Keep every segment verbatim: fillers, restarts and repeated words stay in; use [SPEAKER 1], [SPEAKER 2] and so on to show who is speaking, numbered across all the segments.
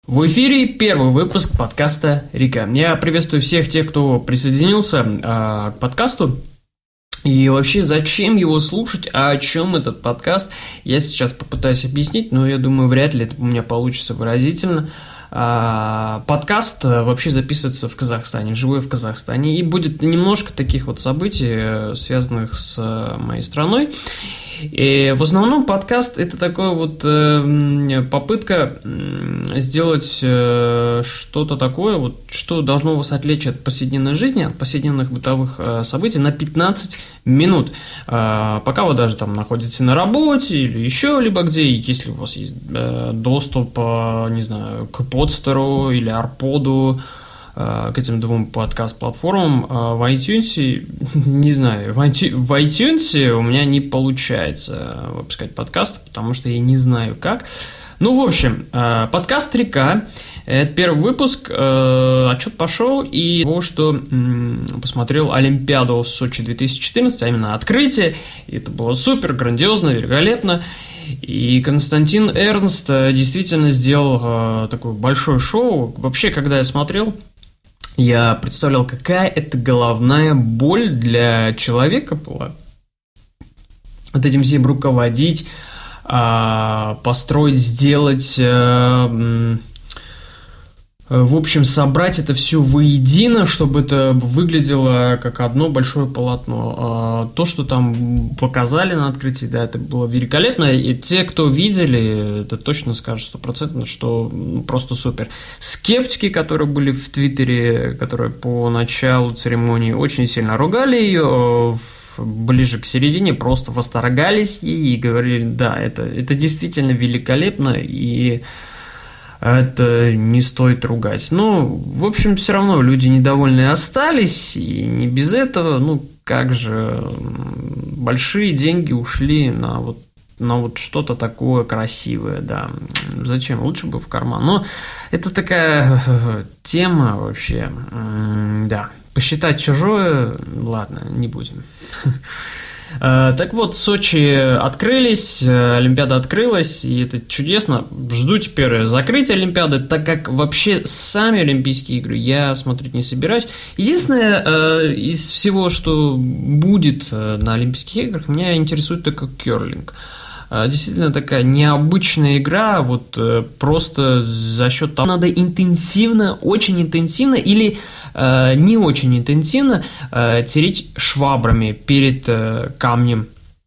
[SPEAKER 1] В эфире первый выпуск подкаста «Река». Я приветствую всех тех, кто присоединился э, к подкасту. И вообще, зачем его слушать, а о чем этот подкаст, я сейчас попытаюсь объяснить, но я думаю, вряд ли это у меня получится выразительно. А, подкаст вообще записывается в Казахстане, живой в Казахстане, и будет немножко таких вот событий, связанных с моей страной. И в основном подкаст – это такая вот э, попытка сделать э, что-то такое, вот, что должно вас отвлечь от повседневной жизни, от повседневных бытовых э, событий на пятнадцать минут. Э, пока вы даже там находитесь на работе или еще либо где, если у вас есть э, доступ, э, не знаю, к Подстеру или Арподу, к этим двум подкаст-платформам. В iTunes, не знаю, в iTunes у меня не получается выпускать подкасты, потому что я не знаю как. Ну, в общем, подкаст «Река». Это первый выпуск, отчет пошел, и того, что посмотрел Олимпиаду в Сочи две тысячи четырнадцать, а именно открытие, и это было супер, грандиозно, великолепно. И Константин Эрнст действительно сделал такое большое шоу. Вообще, когда я смотрел, я представлял, какая это головная боль для человека была. Вот этим всем руководить, построить, сделать, в общем, собрать это все воедино, чтобы это выглядело как одно большое полотно. То, что там показали на открытии, да, это было великолепно. И те, кто видели, это точно скажут стопроцентно, что просто супер. Скептики, которые были в Твиттере, которые по началу церемонии очень сильно ругали ее, ближе к середине просто восторгались ей и говорили, да, это, это действительно великолепно, и это не стоит ругать. Ну, в общем, все равно люди недовольные остались, и не без этого, ну, как же, большие деньги ушли на вот, на вот что-то такое красивое, да. Зачем? Лучше бы в карман. Но это такая тема вообще, да. Посчитать чужое, ладно, не будем. Так вот, Сочи открылись, Олимпиада открылась, и это чудесно. Жду теперь закрытия Олимпиады, так как вообще сами Олимпийские игры я смотреть не собираюсь. Единственное, из всего, что будет на Олимпийских играх, меня интересует только керлинг. Действительно такая необычная игра, вот просто за счет того, надо интенсивно, очень интенсивно или э, не очень интенсивно э, тереть швабрами перед э, камнем,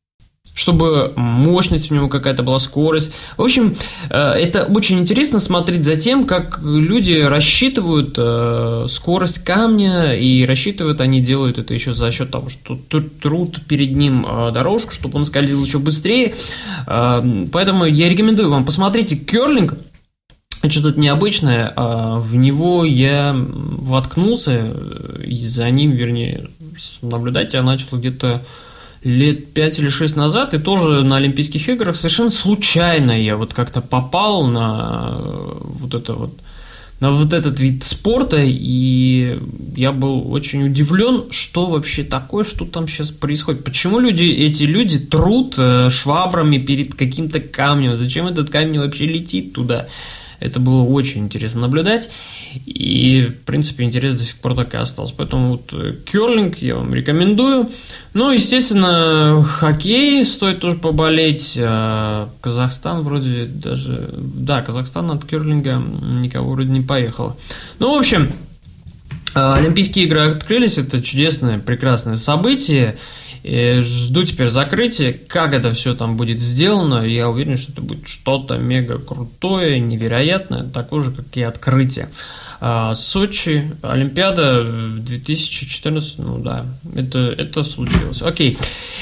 [SPEAKER 1] чтобы мощность у него какая-то была, скорость. В общем, это очень интересно смотреть за тем, как люди рассчитывают скорость камня, и рассчитывают, они делают это еще за счет того, что трут перед ним дорожку, чтобы он скользил еще быстрее. Поэтому я рекомендую вам, посмотрите керлинг. Что-то необычное, в него я воткнулся, и за ним, вернее, наблюдать я начал где-то лет пять или шесть назад, и тоже на Олимпийских играх совершенно случайно я вот как-то попал на вот это вот, на вот этот вид спорта, и я был очень удивлен, что вообще такое, что там сейчас происходит. Почему люди, эти люди трут швабрами перед каким-то камнем, зачем этот камень вообще летит туда? Это было очень интересно наблюдать, и, в принципе, интерес до сих пор так и остался. Поэтому вот керлинг я вам рекомендую. Ну, естественно, хоккей стоит тоже поболеть. Казахстан вроде даже... Да, Казахстан от керлинга никого вроде не поехало. Ну, в общем, Олимпийские игры открылись. Это чудесное, прекрасное событие. И жду теперь закрытия, как это все там будет сделано. Я уверен, что это будет что-то мега крутое, невероятное, такое же, как и открытие. Сочи, Олимпиада две тысячи четырнадцать, ну да, это, это случилось. Окей.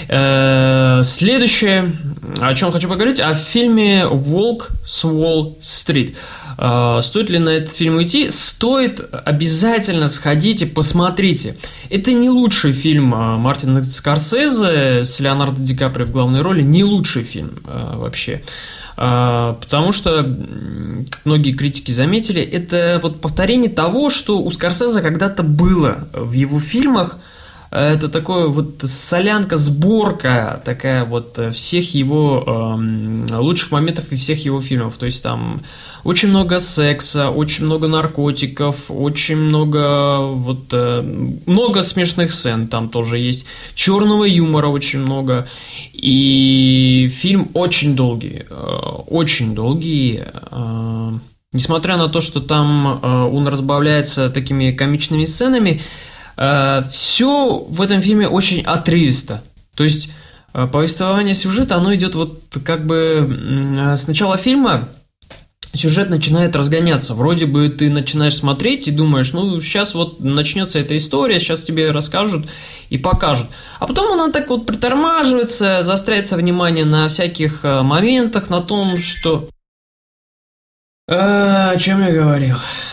[SPEAKER 1] Следующее, о чем хочу поговорить, о фильме «Волк с Уолл-стрит». Стоит ли на этот фильм идти? Стоит, обязательно сходите, посмотрите. Это не лучший фильм Мартина Скорсезе с Леонардо Ди Каприо в главной роли, не лучший фильм вообще. Потому что, как многие критики заметили, это вот повторение того, что у Скорсезе когда-то было в его фильмах, Это такое вот солянка, сборка такая вот всех его э, лучших моментов и всех его фильмов. То есть там очень много секса, очень много наркотиков, очень много вот э, много смешных сцен там тоже есть. Черного юмора очень много. И фильм очень долгий, э, очень долгий. Э, несмотря на то, что там э, он разбавляется такими комичными сценами, все в этом фильме очень отрывисто. То есть повествование сюжета, оно идет вот как бы с начала фильма сюжет начинает разгоняться. Вроде бы ты начинаешь смотреть и думаешь, ну сейчас вот начнется эта история, сейчас тебе расскажут и покажут. А потом она так вот притормаживается, заостряется внимание на всяких моментах, на том, что... А, о чем я говорил?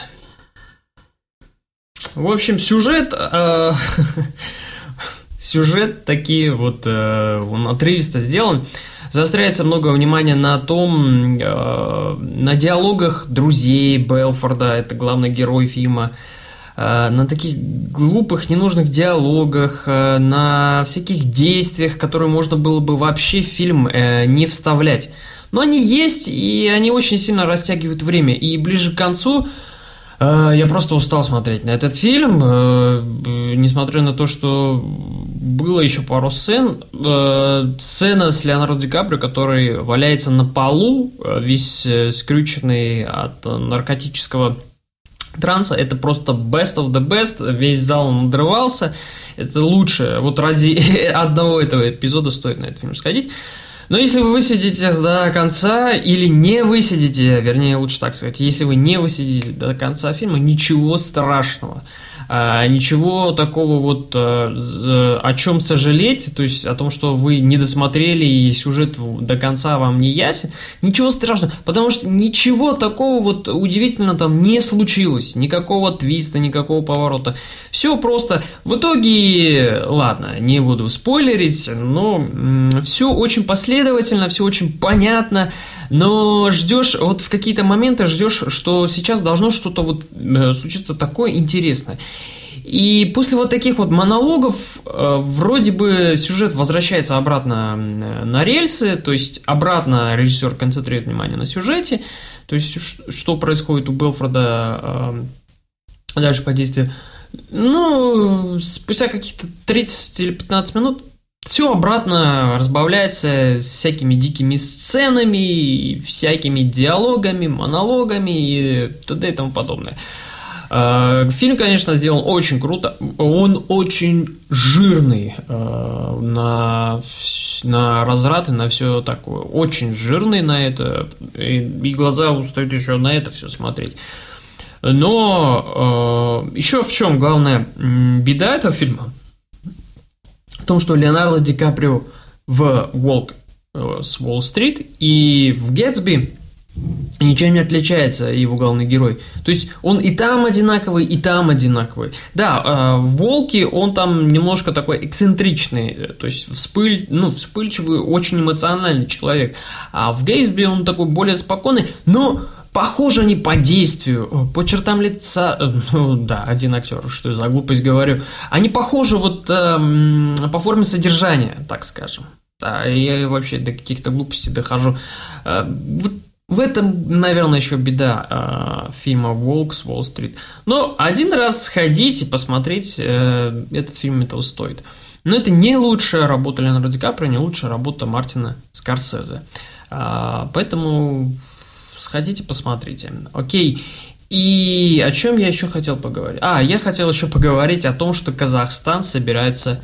[SPEAKER 1] В общем, сюжет, э, сюжет такие вот, э, он отрывисто сделан. Заостряется много внимания на том, э, на диалогах друзей Белфорда, это главный герой фильма, э, на таких глупых, ненужных диалогах, э, на всяких действиях, которые можно было бы вообще в фильм э, не вставлять. Но они есть, и они очень сильно растягивают время. И ближе к концу... Я просто устал смотреть на этот фильм, несмотря на то, что было еще пару сцен. Сцена с Леонардо Ди Каприо, который валяется на полу, весь скрюченный от наркотического транса, это просто best of the best, весь зал надрывался, это лучше, вот ради одного этого эпизода стоит на этот фильм сходить. Но если вы высидите до конца или не высидите, вернее, лучше так сказать, если вы не высидите до конца фильма, ничего страшного, ничего такого вот, о чем сожалеть, то есть о том, что вы не досмотрели и сюжет до конца вам не ясен, ничего страшного, потому что ничего такого вот удивительного там не случилось, никакого твиста, никакого поворота, все просто, в итоге, ладно, не буду спойлерить, но все очень последовательно, все очень понятно, но ждешь, вот в какие-то моменты ждешь, что сейчас должно что-то вот случиться такое интересное. И после вот таких вот монологов э, вроде бы сюжет возвращается обратно на рельсы, то есть обратно режиссер концентрирует внимание на сюжете, то есть что происходит у Белфорда э, дальше по действию. Ну, спустя каких-то тридцать или пятнадцать минут все обратно разбавляется всякими дикими сценами, всякими диалогами, монологами и т.д. и тому подобное. Фильм, конечно, сделан очень круто, он очень жирный на, на разврат и на все такое, очень жирный на это, и, и глаза устают еще на это все смотреть. Но еще в чем главная беда этого фильма? В том, что Леонардо Ди Каприо в «Волк с Уолл-стрит» и в «Гэтсби» ничем не отличается, его главный герой. То есть он и там одинаковый, и там одинаковый. Да, в «Волке» он там немножко такой эксцентричный, то есть вспыль, ну, вспыльчивый, очень эмоциональный человек. А в «Гэтсби» он такой более спокойный, но... Похожи они по действию, по чертам лица, ну да, один актер, что я за глупость говорю, они похожи вот э, по форме содержания, так скажем. Да, я вообще до каких-то глупостей дохожу. Э, вот в этом, наверное, еще беда э, фильма «Волк с Уолл-стрит». Но один раз сходить и посмотреть э, этот фильм этого стоит. Но это не лучшая работа Леонардо Ди Каприо, не лучшая работа Мартина Скорсезе. Э, поэтому... Сходите, посмотрите. Окей. И о чем я еще хотел поговорить? А, я хотел еще поговорить о том, что Казахстан собирается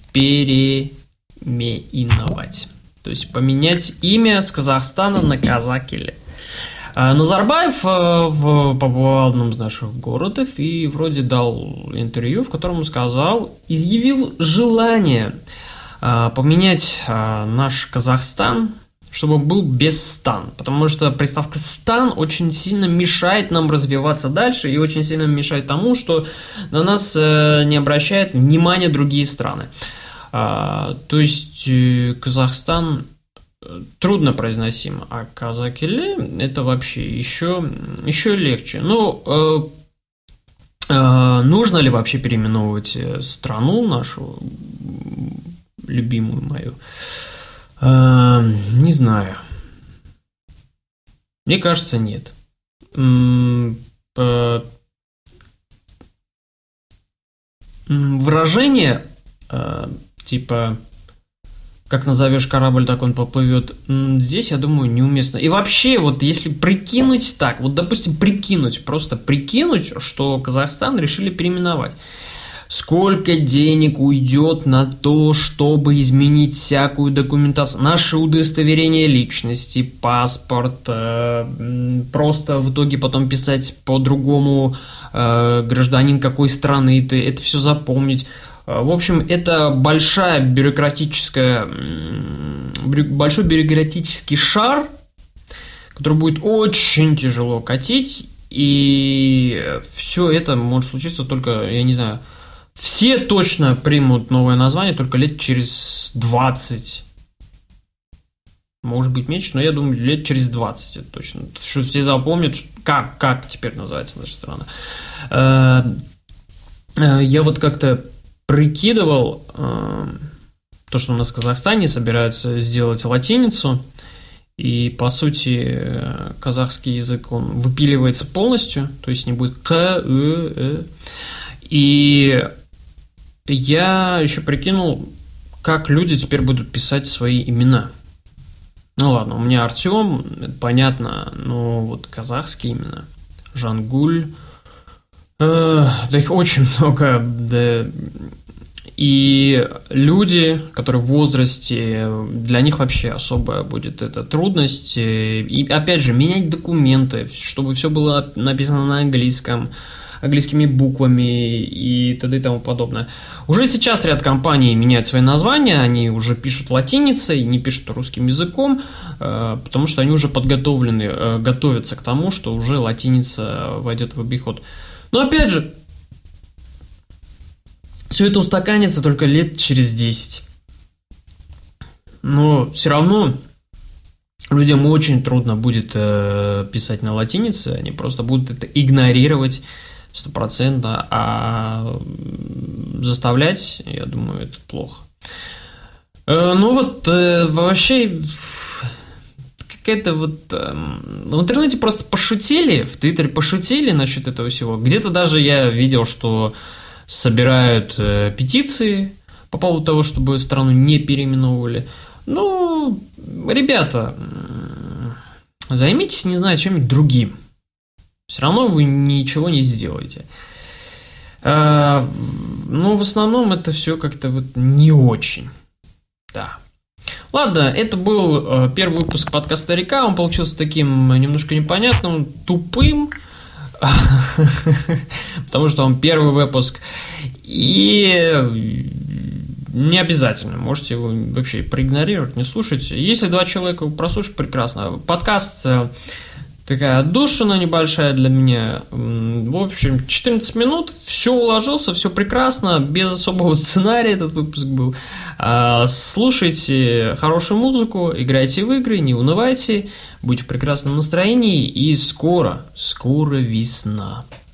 [SPEAKER 1] переименовать. То есть поменять имя с Казахстана на Казакили. Назарбаев побывал в одном из наших городов и вроде дал интервью, в котором он сказал, изъявил желание поменять наш Казахстан, чтобы был без «стан», потому что приставка «стан» очень сильно мешает нам развиваться дальше и очень сильно мешает тому, что на нас не обращают внимания другие страны. То есть Казахстан трудно произносим, а Казакили это вообще еще, еще легче. Ну, Э, нужно ли вообще переименовывать страну нашу, любимую мою? Э, не знаю. Мне кажется, нет. М, э, выражение э, типа «как назовешь корабль, так он поплывет», здесь, я думаю, неуместно. И вообще, вот если прикинуть так, вот, допустим, прикинуть, просто прикинуть, что Казахстан решили переименовать. Сколько денег уйдет на то, чтобы изменить всякую документацию, наши удостоверения личности, паспорт, э, просто в итоге потом писать по-другому э, гражданин какой страны ты, это все запомнить. В общем, это большая бюрократическая, большой бюрократический шар, который будет очень тяжело катить, и все это может случиться только, я не знаю, все точно примут новое название только лет через двадцать. Может быть меньше, но я думаю, лет через двадцать это точно. Что все запомнят, как, как теперь называется наша страна. Я вот как-то прикидывал э, то, что у нас в Казахстане собираются сделать латиницу, и, по сути, казахский язык, он выпиливается полностью, то есть не будет к, э, э. И я еще прикинул, как люди теперь будут писать свои имена. Ну ладно, у меня Артем, это понятно, но вот казахские имена, Жангуль, э, да их очень много, да. И люди, которые в возрасте, для них вообще особая будет эта трудность. И опять же, менять документы, чтобы все было написано на английском, английскими буквами и т.д. и тому подобное. Уже сейчас ряд компаний меняют свои названия, они уже пишут латиницей, не пишут русским языком, потому что они уже подготовлены, готовятся к тому, что уже латиница войдет в обиход. Но опять же, все это устаканится только лет через десять. Но все равно людям очень трудно будет э, писать на латинице, они просто будут это игнорировать стопроцентно, а заставлять, я думаю, это плохо. Э, ну вот, э, вообще, какая-то вот... Э, в интернете просто пошутили, в Твиттере пошутили насчет этого всего. Где-то даже я видел, что собирают э, петиции по поводу того, чтобы страну не переименовывали. Ну, ребята, займитесь, не знаю, чем-нибудь другим. Все равно вы ничего не сделаете. Э, но в основном это все как-то вот не очень. Да. Ладно, это был э, первый выпуск подкаста «Река». Он получился таким немножко непонятным, тупым. Потому что он первый выпуск. И не обязательно. Можете его вообще проигнорировать, не слушать. Если два человека его прослушают, прекрасно. Подкаст такая отдушина небольшая для меня. В общем, четырнадцать минут. Все уложился, все прекрасно. Без особого сценария этот выпуск был. Слушайте хорошую музыку, играйте в игры, не унывайте. Будьте в прекрасном настроении. И скоро, скоро весна.